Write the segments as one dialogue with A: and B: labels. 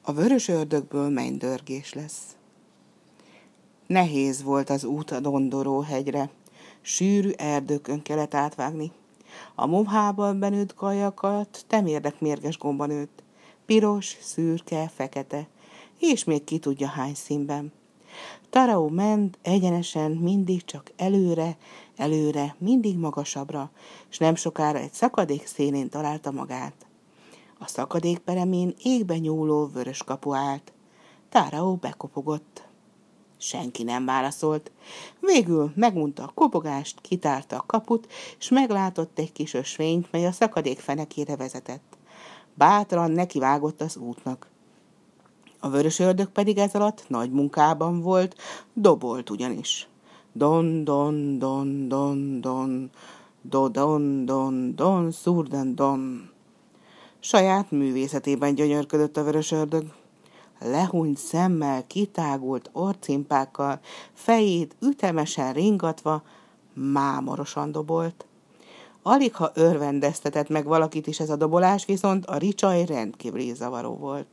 A: A vörös ördögből mennydörgés lesz. Nehéz volt az út a Dondoró hegyre. Sűrű erdőkön kellett átvágni. A mohában benőtt gajakat temérdek mérges gomba nőtt. Piros, szürke, fekete, és még ki tudja hány színben. Taraó ment egyenesen, mindig csak előre, előre, mindig magasabbra, és nem sokára egy szakadék szélén találta magát. A szakadék peremén égbe nyúló vörös kapu állt. Taraó bekopogott. Senki nem válaszolt. Végül megunta a kopogást, kitárta a kaput, és meglátott egy kis ösvényt, mely a szakadék fenekére vezetett. Bátran nekivágott az útnak. A vörös ördög pedig ez alatt nagy munkában volt, dobolt ugyanis. Don, don, don, don, don, do, don, don, don, szurden, don. Saját művészetében gyönyörködött a vörös ördög. Lehúnyt szemmel, kitágult orcimpákkal, fejét ütemesen ringatva, mámorosan dobolt. Aligha örvendeztetett meg valakit is ez a dobolás, viszont a ricsaj rendkívül zavaró volt.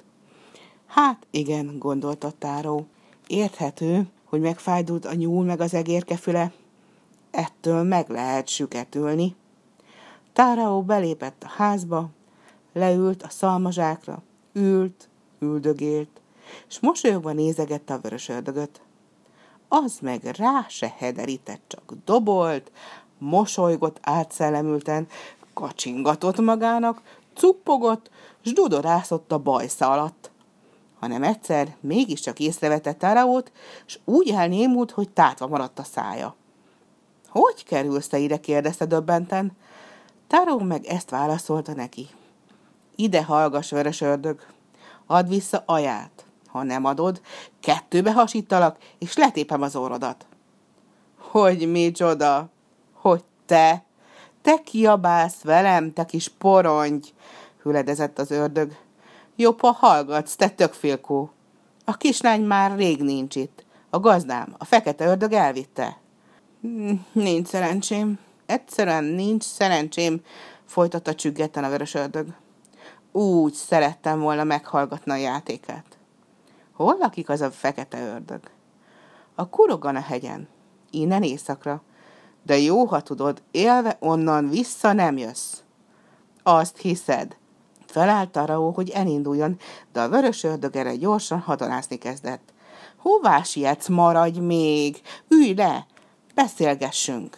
A: Hát igen, gondolta Taraó. Érthető, hogy megfájdult a nyúl meg az egérke füle. Ettől meg lehet süketülni. Taraó belépett a házba, leült a szalmazsákra, üldögélt, és mosolyogva nézegette a vörös ördögöt. Az meg rá se hederített, csak dobolt, mosolygott átszellemülten, kacsingatott magának, cuppogott, s dudorászott a bajsza alatt. Hanem egyszer mégiscsak észrevette Taraót, s úgy elnémult, hogy tátva maradt a szája. Hogy kerülsz te ide? Kérdezte döbbenten. Taraó meg ezt válaszolta neki. Ide hallgass, vörös ördög, add vissza aját. Ha nem adod, kettőbe hasítalak, és letépem az orrodat. Hogy micsoda? Hogy te kiabálsz velem, te kis porongy, hüledezett az ördög. Jobb, ha hallgatsz, te tökfélkó. A kislány már rég nincs itt. A gazdám, a fekete ördög elvitte. Nincs szerencsém. Egyszerűen nincs szerencsém, folytatta csüggetten a vörös ördög. Úgy szerettem volna meghallgatni a játékát. Hol lakik az a fekete ördög? A Kurogan a hegyen, innen északra. De jó, ha tudod, élve onnan vissza nem jössz. Azt hiszed. Felállt Taraó, hogy elinduljon, de a vörös ördög erre gyorsan hadonászni kezdett. Hová sietsz, maradj még? Ülj le, beszélgessünk.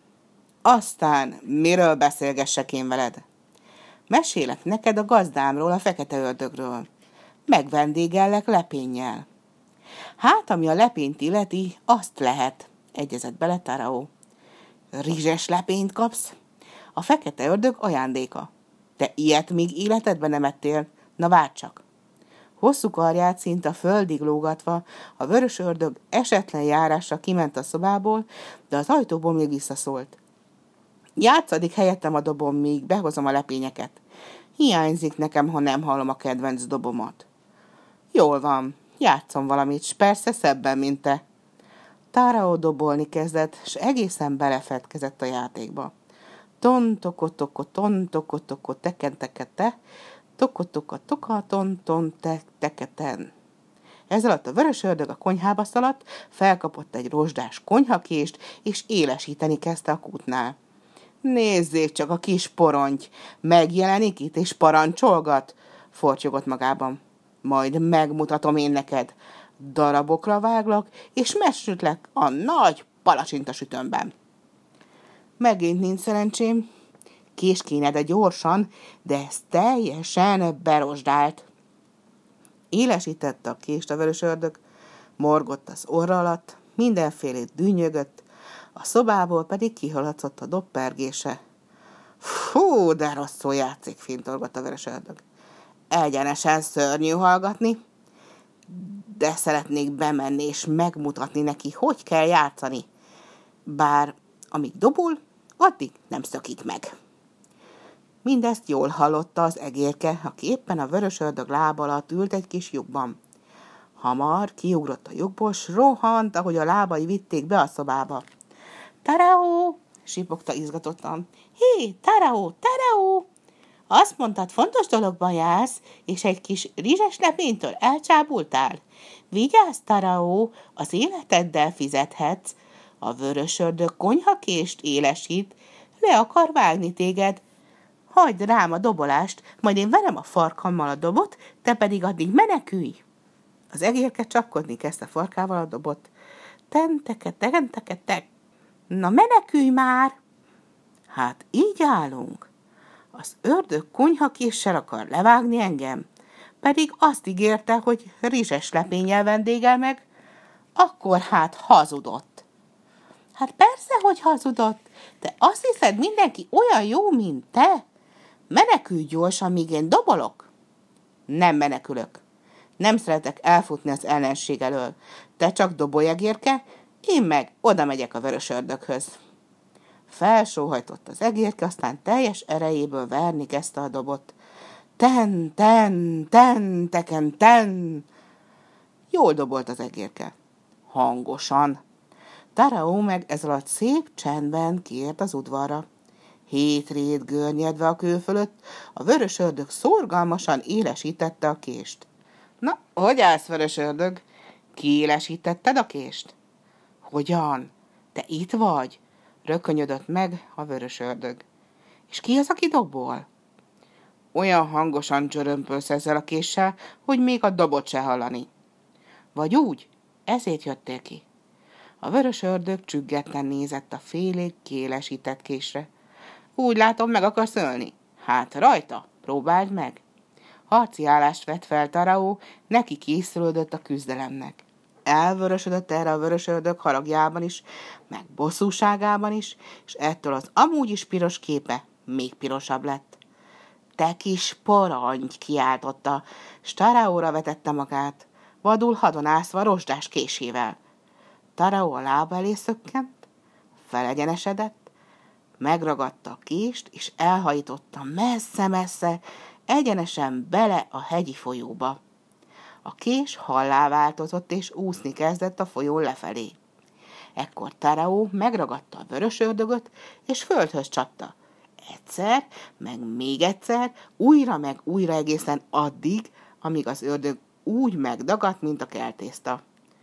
A: Aztán miről beszélgessek én veled? Mesélek neked a gazdámról, a fekete ördögről. Megvendégellek lepénnyel. Hát, ami a lepényt illeti, azt lehet, egyezett bele Taraó. Rizses lepényt kapsz? A fekete ördög ajándéka. Te ilyet még életedben nem ettél? Na várj csak! Hosszú karját szinte a földig lógatva, a vörös ördög esetlen járásra kiment a szobából, de az ajtóból még visszaszólt. Játszadik helyettem a dobom, míg behozom a lepényeket. Hiányzik nekem, ha nem hallom a kedvenc dobomat. Jól van, játszom valamit, s persze szebben, mint te. Taraó dobolni kezdett, s egészen belefedkezett a játékba. Ton-toko-toko, ton-toko-toko, teken-teke-te, toko-toka-toka, ton-ton-te-teke-ten. Ez alatt a vörös ördög a konyhába szaladt, felkapott egy rozsdás konyhakést, és élesíteni kezdte a kútnál. Nézzék csak, a kis poronty, megjelenik itt és parancsolgat, fortyogott magában. Majd megmutatom én neked. Darabokra váglak, és mesütlek a nagy palacsintasütőmben. Megint nincs szerencsém. Kés kéne, de gyorsan, de ez teljesen berozsdált. Élesítette a kést a vörös ördög, morgott az orra alatt, mindenfélét dűnyögött, a szobából pedig kihaladszott a doppergése. Fú, de rosszul játszik, fintorgott a vörös ördög. Egyenesen szörnyű hallgatni, de szeretnék bemenni és megmutatni neki, hogy kell játszani. Bár amíg dobul, addig nem szökik meg. Mindezt jól hallotta az egérke, aki éppen a vörös ördög lába alatt ült egy kis lyukban. Hamar kiugrott a lyukból, s rohant, ahogy a lábai vitték be a szobába. Taraó! Sipogta izgatottan. Hé, Taraó, Taraó! Azt mondtad, fontos dologban jársz, és egy kis rizses lepénytől elcsábultál. Vigyázz, Taraó, az életeddel fizethetsz. A vörös ördög konyhakést élesít, le akar vágni téged. Hagyd rám a dobolást, majd én verem a farkammal a dobot, te pedig addig menekülj. Az egérke csapkodni kezdte farkával a dobot. Tenteke. Na menekülj már! Hát így állunk. Az ördög konyhakéssel akar levágni engem, pedig azt ígérte, hogy rizses lepénnyel vendégel meg, akkor hát hazudott. Hát persze, hogy hazudott. Te azt hiszed, mindenki olyan jó, mint te? Menekülj gyorsan, míg én dobolok. Nem menekülök. Nem szeretek elfutni az ellenség elől. Te csak dobolj, egérke, én meg oda megyek a vörös ördöghöz. Felsóhajtott az egérke, aztán teljes erejéből verni kezdte a dobot. Ten. Jól dobolt az egérke. Hangosan. Taraó meg ez alatt szép csendben kiért az udvarra. Hétrét görnyedve a kő fölött, a vörös ördög szorgalmasan élesítette a kést. Na, hogy állsz, vörös ördög? Kiélesítetted a kést? Hogyan? Te itt vagy? Rökönyödött meg a vörös ördög. És ki az, aki dobol? Olyan hangosan csörömpölsz ezzel a késsel, hogy még a dobot se hallani. Vagy úgy? Ezért jöttél ki. A vörös ördög csüggetten nézett a félig kiélesített késre. Úgy látom, meg akarsz ölni. Hát rajta, próbáld meg. Harci állást vett fel Taraó, neki készülődött a küzdelemnek. Elvörösödött erre a vörös ördög haragjában is, meg bosszúságában is, és ettől az amúgy is piros képe még pirosabb lett. Te kis porongy, kiáltotta, s Taraóra vetette magát, vadul hadonászva rozsdás késével. Taraó a lába elé szökkent, felegyenesedett, megragadta a kést, és elhajtotta messze-messze, egyenesen bele a hegyi folyóba. A kés hallá változott, és úszni kezdett a folyón lefelé. Ekkor Taraó megragadta a vörös ördögöt, és földhöz csapta. Egyszer, meg még egyszer, újra meg újra egészen addig, amíg az ördög úgy megdagadt, mint a keltészta.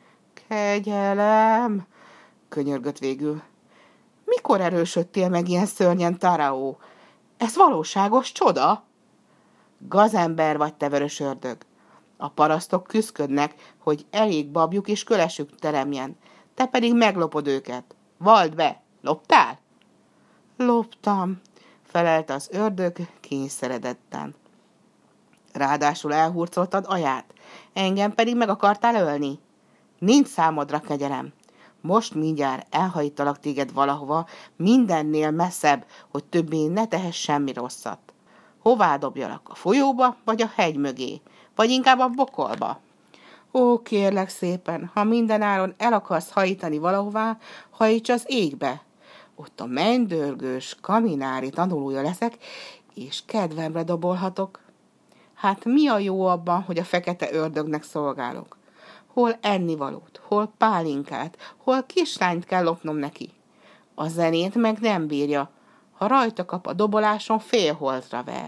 A: Kegyelem, könyörgött végül. Mikor erősödtél meg ilyen szörnyen, Taraó? Ez valóságos csoda? Gazember vagy, te vörös ördög. A parasztok küszködnek, hogy elég babjuk és kölesük teremjen. Te pedig meglopod őket. Vald be, loptál? Loptam, felelte az ördög kényszeredetten. Ráadásul elhurcoltad aját, engem pedig meg akartál ölni. Nincs számodra kegyelem. Most mindjárt elhajtalak téged valahova, mindennél messzebb, hogy többé ne tehess semmi rosszat. Hová dobjalak, a folyóba, vagy a hegy mögé, vagy inkább a bokolba? Ó, kérlek szépen, ha mindenáron el akarsz hajítani valahová, hajíts az égbe. Ott a mennydörgős kaminári tanulója leszek, és kedvemre dobolhatok. Hát mi a jó abban, hogy a fekete ördögnek szolgálok? Hol ennivalót, hol pálinkát, hol kislányt kell lopnom neki. A zenét meg nem bírja, ha rajta kap a doboláson félholtra ver.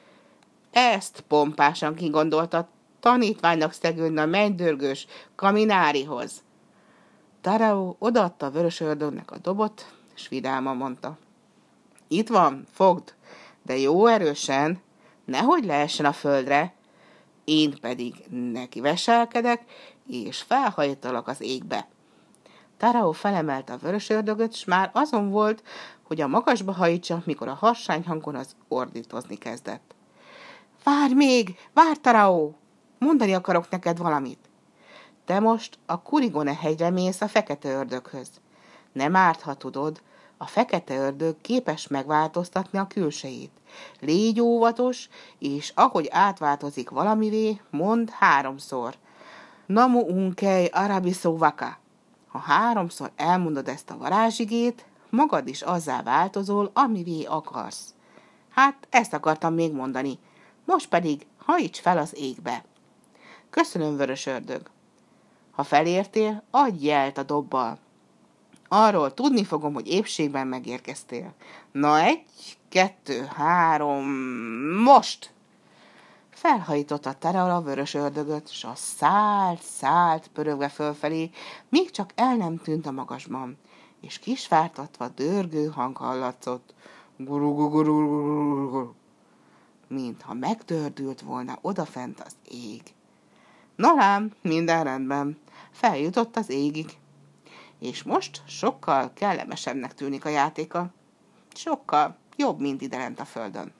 A: Ezt pompásan kigondolta, tanítványnak szegődne a mennydörgős kaminárihoz. Taraó odaadta a vörös ördögnek a dobot, és vidáman mondta. Itt van, fogd, de jó erősen, nehogy leessen a földre, én pedig neki veselkedek, és felhajtalak az égbe. Taraó felemelte a vörös ördögöt, s már azon volt, hogy a magasba hajítsa, mikor a harsány hangon az ordítozni kezdett. Várj még, várj, Taraó! Mondani akarok neked valamit. Te most a Kurigone hegyre mész a fekete ördöghöz. Nem árt, ha tudod, a fekete ördög képes megváltoztatni a külsejét. Légy óvatos, és ahogy átváltozik valamivé, mondd 3-szor. Namu unkei arabiszó vaka. Ha 3-szor elmondod ezt a varázsigét, magad is azzá változol, amivé akarsz. Hát ezt akartam még mondani. Most pedig hajíts fel az égbe. Köszönöm, vörös ördög. Ha felértél, adj jelt a dobbal. Arról tudni fogom, hogy épségben megérkeztél. Na 1, 2, 3, most! Felhajította Terra a vörös ördögöt, s a szállt pörögve fölfelé, míg csak el nem tűnt a magasban, és kisvártatva dörgő hang hallatszott. Gurugugurugurugurugurugurug, mintha megdördült volna odafent az ég. Na lám, minden rendben, feljutott az égig. És most sokkal kellemesebbnek tűnik a játéka. Sokkal jobb, mint ide lent a földön.